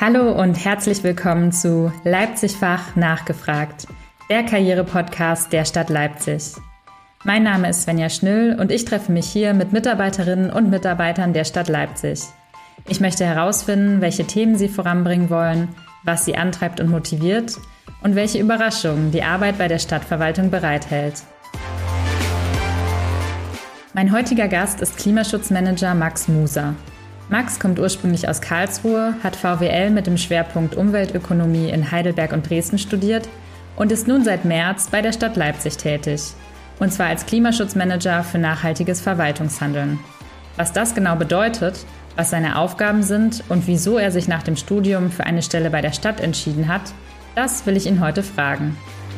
Hallo und herzlich willkommen zu Leipzig-Fach nachgefragt, der Karriere-Podcast der Stadt Leipzig. Mein Name ist Svenja Schnüll und ich treffe mich hier mit Mitarbeiterinnen und Mitarbeitern der Stadt Leipzig. Ich möchte herausfinden, welche Themen sie voranbringen wollen, was sie antreibt und motiviert und welche Überraschungen die Arbeit bei der Stadtverwaltung bereithält. Mein heutiger Gast ist Klimaschutzmanager Max Muser. Max kommt ursprünglich aus Karlsruhe, hat VWL mit dem Schwerpunkt Umweltökonomie in Heidelberg und Dresden studiert und ist nun seit März bei der Stadt Leipzig tätig. Und zwar als Klimaschutzmanager für nachhaltiges Verwaltungshandeln. Was das genau bedeutet, was seine Aufgaben sind und wieso er sich nach dem Studium für eine Stelle bei der Stadt entschieden hat, das will ich ihn heute fragen.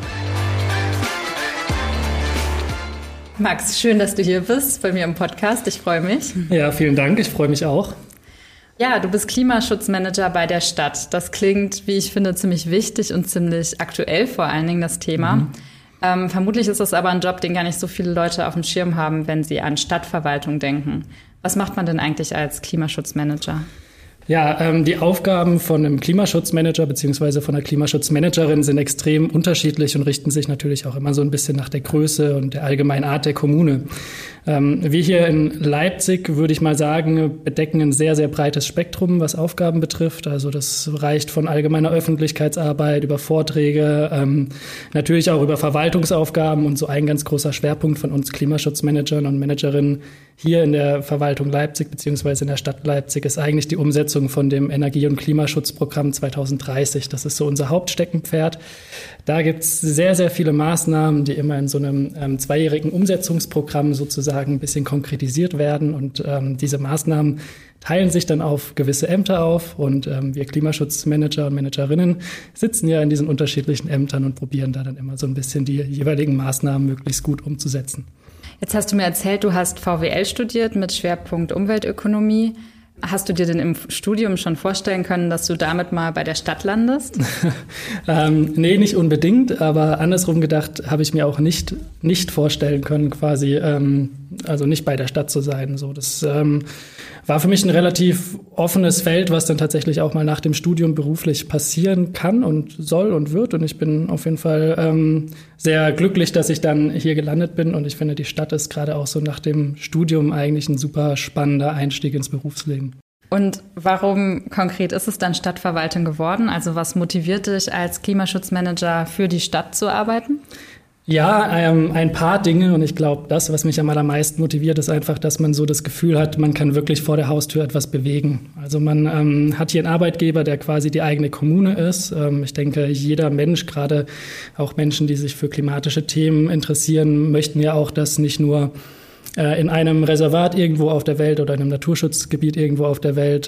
Max, schön, dass du hier bist bei mir im Podcast. Ich freue mich. Ja, vielen Dank. Ich freue mich auch. Ja, du bist Klimaschutzmanager bei der Stadt. Das klingt, wie ich finde, ziemlich wichtig und ziemlich aktuell vor allen Dingen, das Thema. Vermutlich ist das aber ein Job, den gar nicht so viele Leute auf dem Schirm haben, wenn sie an Stadtverwaltung denken. Was macht man denn eigentlich als Klimaschutzmanager? Ja, die Aufgaben von einem Klimaschutzmanager beziehungsweise von einer Klimaschutzmanagerin sind extrem unterschiedlich und richten sich natürlich auch immer so ein bisschen nach der Größe und der allgemeinen Art der Kommune. Wir hier in Leipzig, würde ich mal sagen, bedecken ein sehr, sehr breites Spektrum, was Aufgaben betrifft. Also das reicht von allgemeiner Öffentlichkeitsarbeit über Vorträge, natürlich auch über Verwaltungsaufgaben und so ein ganz großer Schwerpunkt von uns Klimaschutzmanagern und Managerinnen hier in der Verwaltung Leipzig beziehungsweise in der Stadt Leipzig ist eigentlich die Umsetzung von dem Energie- und Klimaschutzprogramm 2030. Das ist so unser Hauptsteckenpferd. Da gibt's sehr, sehr viele Maßnahmen, die immer in so einem zweijährigen Umsetzungsprogramm sozusagen ein bisschen konkretisiert werden. Und diese Maßnahmen teilen sich dann auf gewisse Ämter auf. Und wir Klimaschutzmanager und Managerinnen sitzen ja in diesen unterschiedlichen Ämtern und probieren da dann immer so ein bisschen die jeweiligen Maßnahmen möglichst gut umzusetzen. Jetzt hast du mir erzählt, du hast VWL studiert mit Schwerpunkt Umweltökonomie. Hast du dir denn im Studium schon vorstellen können, dass du damit mal bei der Stadt landest? Nee, nicht unbedingt, aber andersrum gedacht habe ich mir auch nicht vorstellen können, quasi, also nicht bei der Stadt zu sein. So, das war für mich ein relativ offenes Feld, was dann tatsächlich auch mal nach dem Studium beruflich passieren kann und soll und wird. Und ich bin auf jeden Fall sehr glücklich, dass ich dann hier gelandet bin. Und ich finde, die Stadt ist gerade auch so nach dem Studium eigentlich ein super spannender Einstieg ins Berufsleben. Und warum konkret ist es dann Stadtverwaltung geworden? Also was motiviert dich als Klimaschutzmanager für die Stadt zu arbeiten? Ja, ein paar Dinge und ich glaube, das, was mich am allermeisten motiviert, ist einfach, dass man so das Gefühl hat, man kann wirklich vor der Haustür etwas bewegen. Also man hat hier einen Arbeitgeber, der quasi die eigene Kommune ist. Ich denke, jeder Mensch, gerade auch Menschen, die sich für klimatische Themen interessieren, möchten ja auch, dass nicht nur in einem Reservat irgendwo auf der Welt oder in einem Naturschutzgebiet irgendwo auf der Welt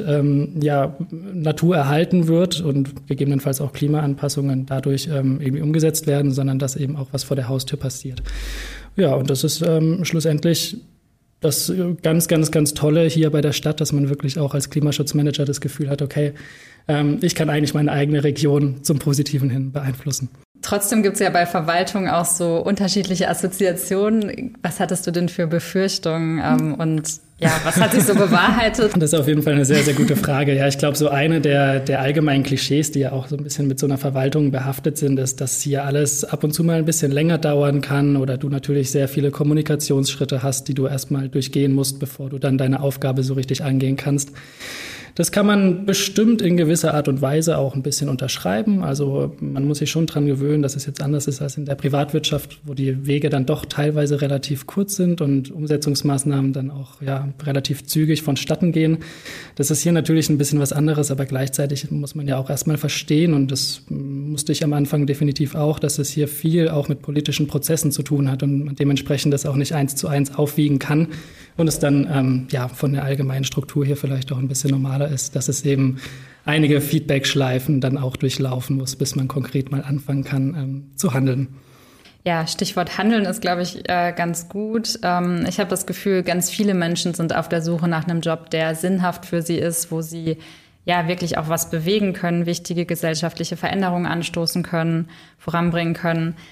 Natur erhalten wird und gegebenenfalls auch Klimaanpassungen dadurch irgendwie umgesetzt werden, sondern dass eben auch was vor der Haustür passiert. Ja, und das ist schlussendlich das ganz, ganz, ganz Tolle hier bei der Stadt, dass man wirklich auch als Klimaschutzmanager das Gefühl hat, okay, ich kann eigentlich meine eigene Region zum Positiven hin beeinflussen. Trotzdem gibt es ja bei Verwaltung auch so unterschiedliche Assoziationen. Was hattest du denn für Befürchtungen und ja, was hat sich so bewahrheitet? Das ist auf jeden Fall eine sehr, sehr gute Frage. Ja, ich glaube, so eine der allgemeinen Klischees, die ja auch so ein bisschen mit so einer Verwaltung behaftet sind, ist, dass hier alles ab und zu mal ein bisschen länger dauern kann oder du natürlich sehr viele Kommunikationsschritte hast, die du erstmal durchgehen musst, bevor du dann deine Aufgabe so richtig angehen kannst. Das kann man bestimmt in gewisser Art und Weise auch ein bisschen unterschreiben. Also man muss sich schon dran gewöhnen, dass es jetzt anders ist als in der Privatwirtschaft, wo die Wege dann doch teilweise relativ kurz sind und Umsetzungsmaßnahmen dann auch relativ zügig vonstatten gehen. Das ist hier natürlich ein bisschen was anderes, aber gleichzeitig muss man ja auch erstmal verstehen, und das musste ich am Anfang definitiv auch, dass es hier viel auch mit politischen Prozessen zu tun hat und man dementsprechend das auch nicht 1:1 aufwiegen kann und es dann von der allgemeinen Struktur hier vielleicht auch ein bisschen normaler ist, dass es eben einige Feedback-Schleifen dann auch durchlaufen muss, bis man konkret mal anfangen kann zu handeln. Ja, Stichwort Handeln ist, glaube ich, ganz gut. Ich habe das Gefühl, ganz viele Menschen sind auf der Suche nach einem Job, der sinnhaft für sie ist, wo sie ja wirklich auch was bewegen können, wichtige gesellschaftliche Veränderungen anstoßen können, voranbringen können.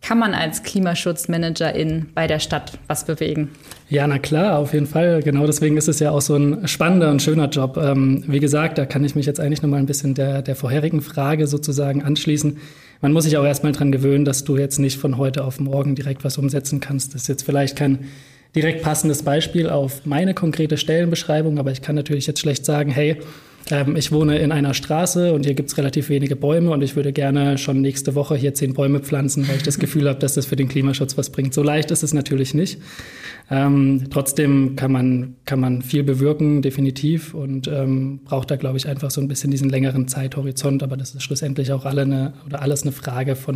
Kann man als Klimaschutzmanagerin bei der Stadt was bewegen? Ja, na klar, auf jeden Fall. Genau deswegen ist es ja auch so ein spannender und schöner Job. Wie gesagt, da kann ich mich jetzt eigentlich nochmal ein bisschen der vorherigen Frage sozusagen anschließen. Man muss sich auch erstmal dran gewöhnen, dass du jetzt nicht von heute auf morgen direkt was umsetzen kannst. Das ist jetzt vielleicht kein direkt passendes Beispiel auf meine konkrete Stellenbeschreibung, aber ich kann natürlich jetzt schlecht sagen, hey, ich wohne in einer Straße und hier gibt's relativ wenige Bäume und ich würde gerne schon nächste Woche hier 10 Bäume pflanzen, weil ich das Gefühl habe, dass das für den Klimaschutz was bringt. So leicht ist es natürlich nicht. Trotzdem kann man viel bewirken, definitiv, und braucht da, glaube ich, einfach so ein bisschen diesen längeren Zeithorizont. Aber das ist schlussendlich auch alles eine Frage von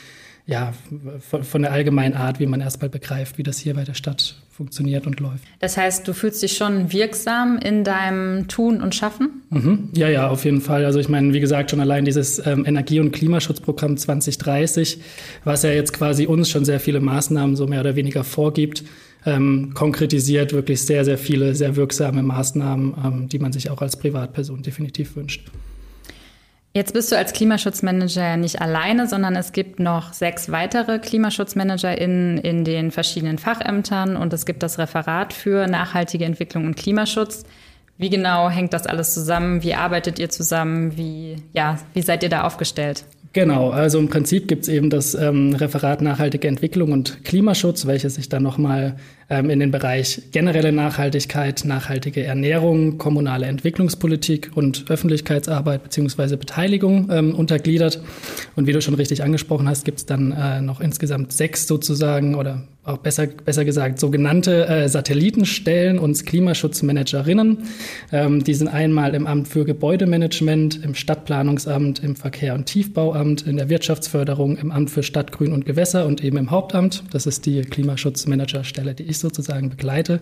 der allgemeinen Art, wie man erstmal begreift, wie das hier bei der Stadt funktioniert und läuft. Das heißt, du fühlst dich schon wirksam in deinem Tun und Schaffen? Mhm. Ja, auf jeden Fall. Also ich meine, wie gesagt, schon allein dieses Energie- und Klimaschutzprogramm 2030, was ja jetzt quasi uns schon sehr viele Maßnahmen so mehr oder weniger vorgibt, konkretisiert wirklich sehr, sehr viele, sehr wirksame Maßnahmen, die man sich auch als Privatperson definitiv wünscht. Jetzt bist du als Klimaschutzmanager nicht alleine, sondern es gibt noch 6 weitere KlimaschutzmanagerInnen in den verschiedenen Fachämtern und es gibt das Referat für nachhaltige Entwicklung und Klimaschutz. Wie genau hängt das alles zusammen? Wie arbeitet ihr zusammen? Wie seid ihr da aufgestellt? Genau, also im Prinzip gibt es eben das Referat Nachhaltige Entwicklung und Klimaschutz, welches sich dann nochmal in den Bereich generelle Nachhaltigkeit, nachhaltige Ernährung, kommunale Entwicklungspolitik und Öffentlichkeitsarbeit bzw. Beteiligung untergliedert. Und wie du schon richtig angesprochen hast, gibt es dann noch insgesamt 6 sozusagen oder auch besser gesagt sogenannte Satellitenstellen und Klimaschutzmanagerinnen. Die sind einmal im Amt für Gebäudemanagement, im Stadtplanungsamt, im Verkehr- und Tiefbauamt, in der Wirtschaftsförderung, im Amt für Stadt, Grün und Gewässer und eben im Hauptamt. Das ist die Klimaschutzmanagerstelle, die ich sozusagen begleite.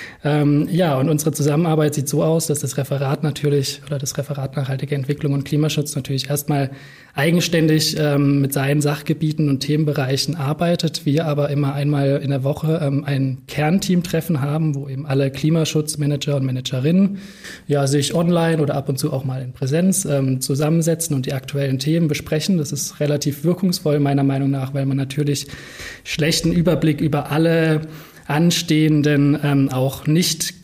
Und unsere Zusammenarbeit sieht so aus, dass das Referat Nachhaltige Entwicklung und Klimaschutz natürlich erstmal eigenständig mit seinen Sachgebieten und Themenbereichen arbeitet. Wir aber immer einmal in der Woche ein Kernteam-Treffen haben, wo eben alle Klimaschutzmanager und Managerinnen sich online oder ab und zu auch mal in Präsenz zusammensetzen und die aktuellen Themen besprechen. Das ist relativ wirkungsvoll meiner Meinung nach, weil man natürlich schlechten Überblick über alle anstehenden, auch nicht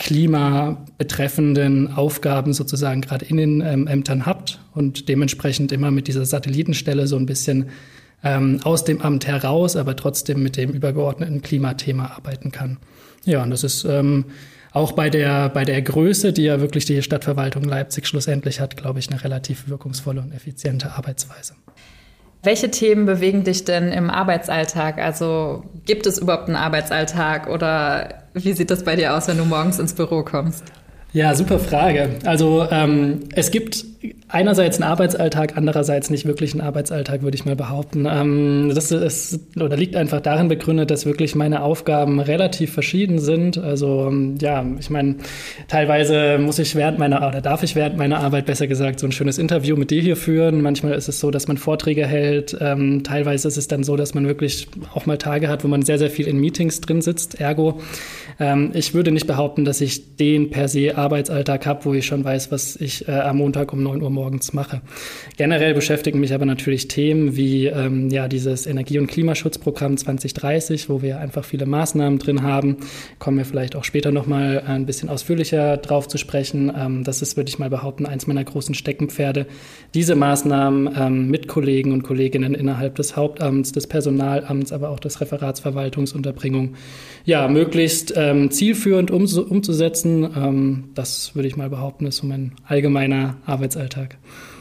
klimabetreffenden Aufgaben sozusagen gerade in den Ämtern habt und dementsprechend immer mit dieser Satellitenstelle so ein bisschen aus dem Amt heraus, aber trotzdem mit dem übergeordneten Klimathema arbeiten kann. Ja, und das ist auch bei der Größe, die ja wirklich die Stadtverwaltung Leipzig schlussendlich hat, glaube ich, eine relativ wirkungsvolle und effiziente Arbeitsweise. Welche Themen bewegen dich denn im Arbeitsalltag? Also gibt es überhaupt einen Arbeitsalltag oder wie sieht das bei dir aus, wenn du morgens ins Büro kommst? Ja, super Frage. Also es gibt einerseits einen Arbeitsalltag, andererseits nicht wirklich einen Arbeitsalltag, würde ich mal behaupten. Das liegt einfach darin begründet, dass wirklich meine Aufgaben relativ verschieden sind. Also ich meine, teilweise darf ich während meiner Arbeit, besser gesagt, so ein schönes Interview mit dir hier führen. Manchmal ist es so, dass man Vorträge hält. Teilweise ist es dann so, dass man wirklich auch mal Tage hat, wo man sehr, sehr viel in Meetings drin sitzt. Ergo, ich würde nicht behaupten, dass ich den per se Arbeitsalltag habe, wo ich schon weiß, was ich am Montag um 9 Uhr morgens mache. Generell beschäftigen mich aber natürlich Themen wie dieses Energie- und Klimaschutzprogramm 2030, wo wir einfach viele Maßnahmen drin haben. Kommen wir vielleicht auch später nochmal ein bisschen ausführlicher drauf zu sprechen. Das ist, würde ich mal behaupten, eins meiner großen Steckenpferde. Diese Maßnahmen mit Kollegen und Kolleginnen innerhalb des Hauptamts, des Personalamts, aber auch des Referats Verwaltungsunterbringung, möglichst zielführend umzusetzen. Das würde ich mal behaupten, ist so mein allgemeiner Arbeitsalltag.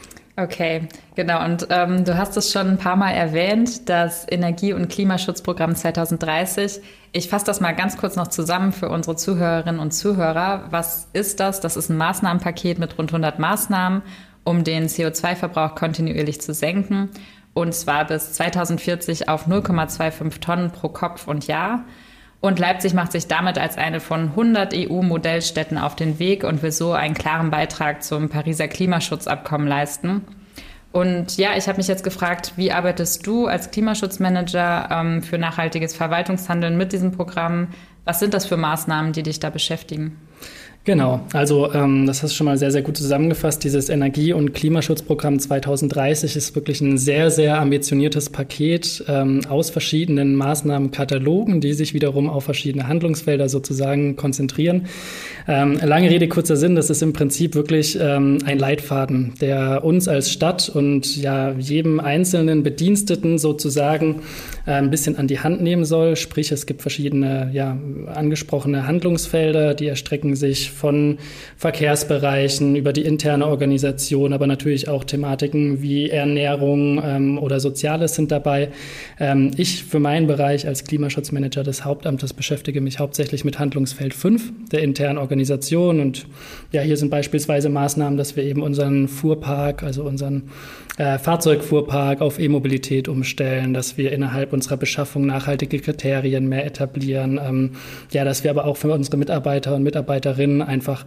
Okay, genau. Und du hast es schon ein paar Mal erwähnt, das Energie- und Klimaschutzprogramm 2030. Ich fasse das mal ganz kurz noch zusammen für unsere Zuhörerinnen und Zuhörer. Was ist das? Das ist ein Maßnahmenpaket mit rund 100 Maßnahmen, um den CO2-Verbrauch kontinuierlich zu senken. Und zwar bis 2040 auf 0,25 Tonnen pro Kopf und Jahr. Und Leipzig macht sich damit als eine von 100 EU-Modellstädten auf den Weg und will so einen klaren Beitrag zum Pariser Klimaschutzabkommen leisten. Und ich habe mich jetzt gefragt, wie arbeitest du als Klimaschutzmanager für nachhaltiges Verwaltungshandeln mit diesem Programm? Was sind das für Maßnahmen, die dich da beschäftigen? Genau, also das hast du schon mal sehr, sehr gut zusammengefasst. Dieses Energie- und Klimaschutzprogramm 2030 ist wirklich ein sehr, sehr ambitioniertes Paket aus verschiedenen Maßnahmenkatalogen, die sich wiederum auf verschiedene Handlungsfelder sozusagen konzentrieren. Lange Rede, kurzer Sinn, das ist im Prinzip wirklich ein Leitfaden, der uns als Stadt und ja jedem einzelnen Bediensteten sozusagen ein bisschen an die Hand nehmen soll. Sprich, es gibt verschiedene angesprochene Handlungsfelder, die erstrecken sich von Verkehrsbereichen über die interne Organisation, aber natürlich auch Thematiken wie Ernährung oder Soziales sind dabei. Ich für meinen Bereich als Klimaschutzmanager des Hauptamtes beschäftige mich hauptsächlich mit Handlungsfeld 5 der internen Organisation. Und ja, hier sind beispielsweise Maßnahmen, dass wir eben unseren Fuhrpark, also unseren Fahrzeugfuhrpark auf E-Mobilität umstellen, dass wir innerhalb unserer Beschaffung nachhaltige Kriterien mehr etablieren, dass wir aber auch für unsere Mitarbeiter und Mitarbeiterinnen einfach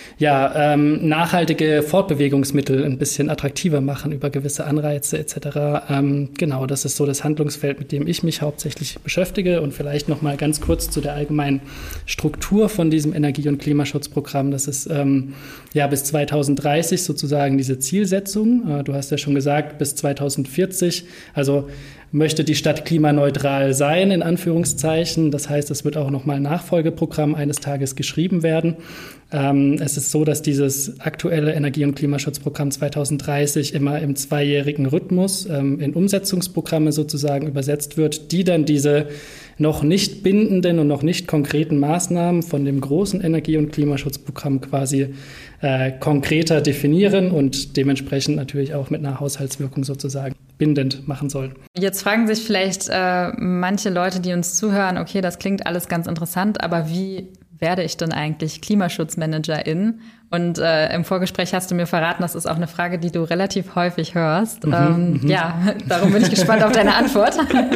nachhaltige Fortbewegungsmittel ein bisschen attraktiver machen über gewisse Anreize etc. Genau, das ist so das Handlungsfeld, mit dem ich mich hauptsächlich beschäftige. Und vielleicht noch mal ganz kurz zu der allgemeinen Struktur von diesem Energie- und Klimaschutzprogramm. Das ist bis 2030 sozusagen diese Zielsetzung. Du hast ja schon gesagt, bis 2040, also möchte die Stadt klimaneutral sein, in Anführungszeichen. Das heißt, es wird auch nochmal ein Nachfolgeprogramm eines Tages geschrieben werden. Es ist so, dass dieses aktuelle Energie- und Klimaschutzprogramm 2030 immer im zweijährigen Rhythmus in Umsetzungsprogramme sozusagen übersetzt wird, die dann diese noch nicht bindenden und noch nicht konkreten Maßnahmen von dem großen Energie- und Klimaschutzprogramm quasi konkreter definieren und dementsprechend natürlich auch mit einer Haushaltswirkung sozusagen bindend machen sollen. Jetzt fragen sich vielleicht manche Leute, die uns zuhören, okay, das klingt alles ganz interessant, aber wie werde ich denn eigentlich Klimaschutzmanagerin? Und im Vorgespräch hast du mir verraten, das ist auch eine Frage, die du relativ häufig hörst. Darum bin ich gespannt auf deine Antwort.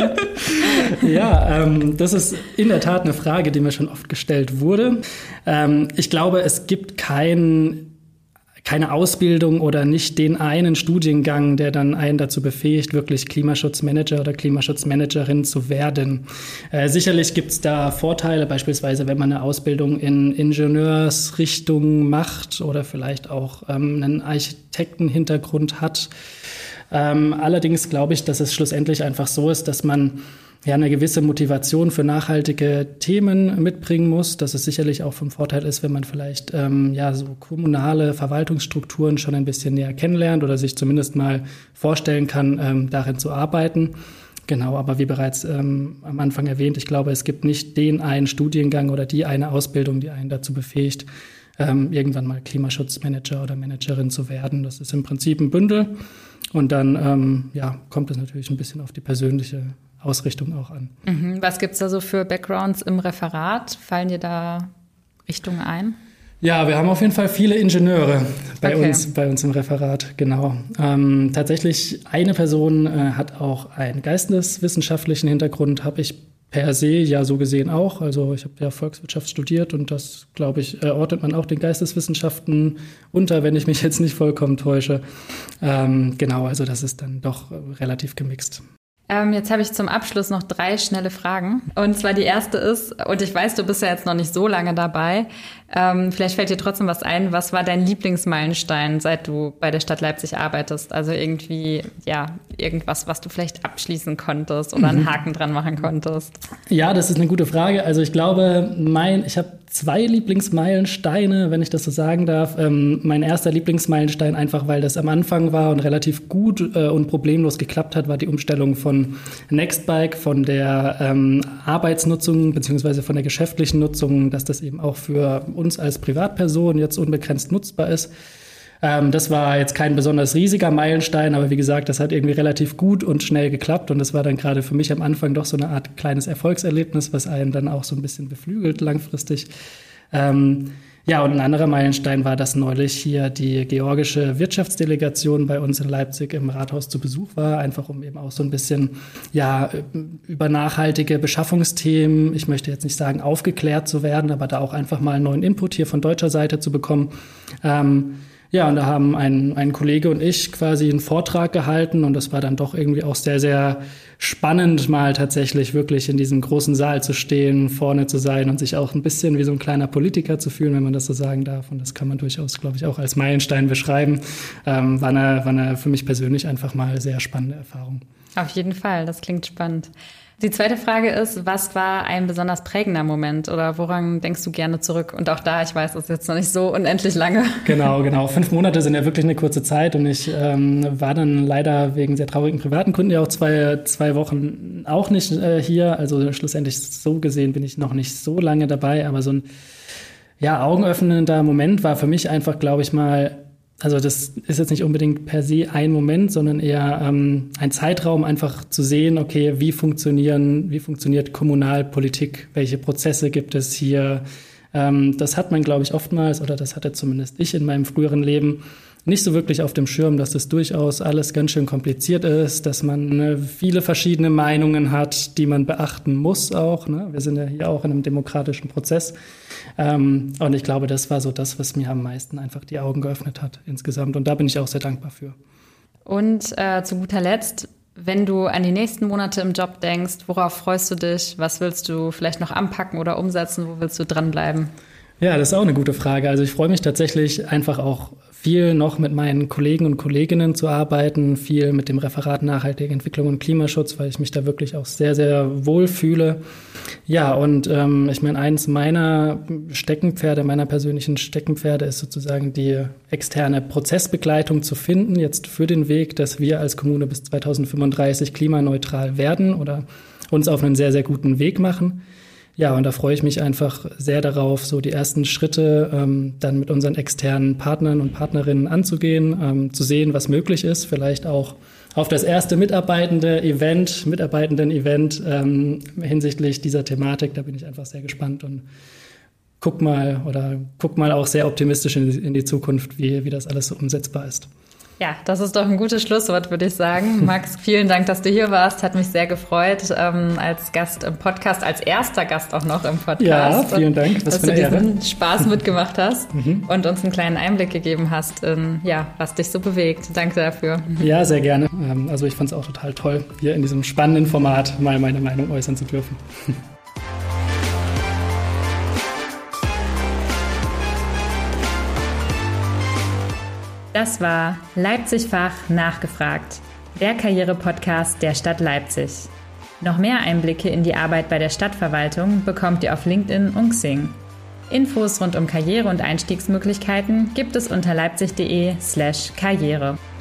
Das ist in der Tat eine Frage, die mir schon oft gestellt wurde. Ich glaube, es gibt keine Ausbildung oder nicht den einen Studiengang, der dann einen dazu befähigt, wirklich Klimaschutzmanager oder Klimaschutzmanagerin zu werden. Sicherlich gibt es da Vorteile, beispielsweise wenn man eine Ausbildung in Ingenieursrichtung macht oder vielleicht auch einen Architektenhintergrund hat. Allerdings glaube ich, dass es schlussendlich einfach so ist, dass man eine gewisse Motivation für nachhaltige Themen mitbringen muss, dass es sicherlich auch vom Vorteil ist, wenn man vielleicht so kommunale Verwaltungsstrukturen schon ein bisschen näher kennenlernt oder sich zumindest mal vorstellen kann, darin zu arbeiten. Genau, aber wie bereits am Anfang erwähnt, ich glaube, es gibt nicht den einen Studiengang oder die eine Ausbildung, die einen dazu befähigt, irgendwann mal Klimaschutzmanager oder Managerin zu werden. Das ist im Prinzip ein Bündel und dann kommt es natürlich ein bisschen auf die persönliche Ausrichtung auch an. Was gibt's da so für Backgrounds im Referat? Fallen dir da Richtungen ein? Ja, wir haben auf jeden Fall viele Ingenieure bei uns im Referat, genau. Tatsächlich eine Person hat auch einen geisteswissenschaftlichen Hintergrund, habe ich per se ja so gesehen auch. Also ich habe ja Volkswirtschaft studiert und das, glaube ich, ordnet man auch den Geisteswissenschaften unter, wenn ich mich jetzt nicht vollkommen täusche. Also das ist dann doch relativ gemixt. Jetzt habe ich zum Abschluss noch 3 schnelle Fragen. Und zwar die erste ist, und ich weiß, du bist ja jetzt noch nicht so lange dabei, vielleicht fällt dir trotzdem was ein. Was war dein Lieblingsmeilenstein, seit du bei der Stadt Leipzig arbeitest? Also irgendwie, irgendwas, was du vielleicht abschließen konntest oder einen Haken dran machen konntest? Ja, das ist eine gute Frage. Also ich glaube, ich habe 2 Lieblingsmeilensteine, wenn ich das so sagen darf. Mein erster Lieblingsmeilenstein, einfach weil das am Anfang war und relativ gut und problemlos geklappt hat, war die Umstellung von Nextbike, von der Arbeitsnutzung beziehungsweise von der geschäftlichen Nutzung, dass das eben auch für uns als Privatperson jetzt unbegrenzt nutzbar ist. Das war jetzt kein besonders riesiger Meilenstein, aber wie gesagt, das hat irgendwie relativ gut und schnell geklappt und das war dann gerade für mich am Anfang doch so eine Art kleines Erfolgserlebnis, was einen dann auch so ein bisschen beflügelt langfristig. Und ein anderer Meilenstein war, dass neulich hier die georgische Wirtschaftsdelegation bei uns in Leipzig im Rathaus zu Besuch war, einfach um eben auch so ein bisschen über nachhaltige Beschaffungsthemen, ich möchte jetzt nicht sagen aufgeklärt zu werden, aber da auch einfach mal einen neuen Input hier von deutscher Seite zu bekommen. Ja, und da haben ein Kollege und ich quasi einen Vortrag gehalten und das war dann doch irgendwie auch sehr, sehr spannend, mal tatsächlich wirklich in diesem großen Saal zu stehen, vorne zu sein und sich auch ein bisschen wie so ein kleiner Politiker zu fühlen, wenn man das so sagen darf. Und das kann man durchaus, glaube ich, auch als Meilenstein beschreiben. War eine für mich persönlich einfach mal sehr spannende Erfahrung. Auf jeden Fall, das klingt spannend. Die zweite Frage ist, was war ein besonders prägender Moment oder woran denkst du gerne zurück? Und auch da, ich weiß, das ist jetzt noch nicht so unendlich lange. Genau. 5 Monate sind ja wirklich eine kurze Zeit und ich war dann leider wegen sehr traurigen privaten Gründen ja auch zwei Wochen auch nicht hier. Also schlussendlich so gesehen bin ich noch nicht so lange dabei, aber so ein augenöffnender Moment war für mich einfach, glaube ich mal, also das ist jetzt nicht unbedingt per se ein Moment, sondern eher ein Zeitraum, einfach zu sehen, okay, wie funktioniert Kommunalpolitik, welche Prozesse gibt es hier. Das hat man, glaube ich, oftmals, oder das hatte zumindest ich in meinem früheren Leben, nicht so wirklich auf dem Schirm, dass das durchaus alles ganz schön kompliziert ist, dass man viele verschiedene Meinungen hat, die man beachten muss auch. Ne? Wir sind ja hier auch in einem demokratischen Prozess. Und ich glaube, das war so das, was mir am meisten einfach die Augen geöffnet hat insgesamt. Und da bin ich auch sehr dankbar für. Und zu guter Letzt, wenn du an die nächsten Monate im Job denkst, worauf freust du dich? Was willst du vielleicht noch anpacken oder umsetzen? Wo willst du dranbleiben? Ja, das ist auch eine gute Frage. Also ich freue mich tatsächlich einfach auch viel noch mit meinen Kollegen und Kolleginnen zu arbeiten, viel mit dem Referat Nachhaltige Entwicklung und Klimaschutz, weil ich mich da wirklich auch sehr, sehr wohl fühle. Ja, und ich meine, eins meiner persönlichen Steckenpferde ist sozusagen die externe Prozessbegleitung zu finden, jetzt für den Weg, dass wir als Kommune bis 2035 klimaneutral werden oder uns auf einen sehr, sehr guten Weg machen. Ja, und da freue ich mich einfach sehr darauf, so die ersten Schritte dann mit unseren externen Partnern und Partnerinnen anzugehen, zu sehen, was möglich ist, vielleicht auch auf das erste Mitarbeitenden-Event hinsichtlich dieser Thematik. Da bin ich einfach sehr gespannt und guck mal auch sehr optimistisch in die Zukunft, wie das alles so umsetzbar ist. Ja, das ist doch ein gutes Schlusswort, würde ich sagen. Max, vielen Dank, dass du hier warst. Hat mich sehr gefreut, als Gast im Podcast, als erster Gast auch noch im Podcast. Ja, vielen Dank. Dass du diesen Spaß mitgemacht hast und uns einen kleinen Einblick gegeben hast in, was dich so bewegt. Danke dafür. Ja, sehr gerne. Also ich fand es auch total toll, hier in diesem spannenden Format mal meine Meinung äußern zu dürfen. Das war Leipzig-Fach nachgefragt, der Karriere-Podcast der Stadt Leipzig. Noch mehr Einblicke in die Arbeit bei der Stadtverwaltung bekommt ihr auf LinkedIn und Xing. Infos rund um Karriere und Einstiegsmöglichkeiten gibt es unter leipzig.de/karriere.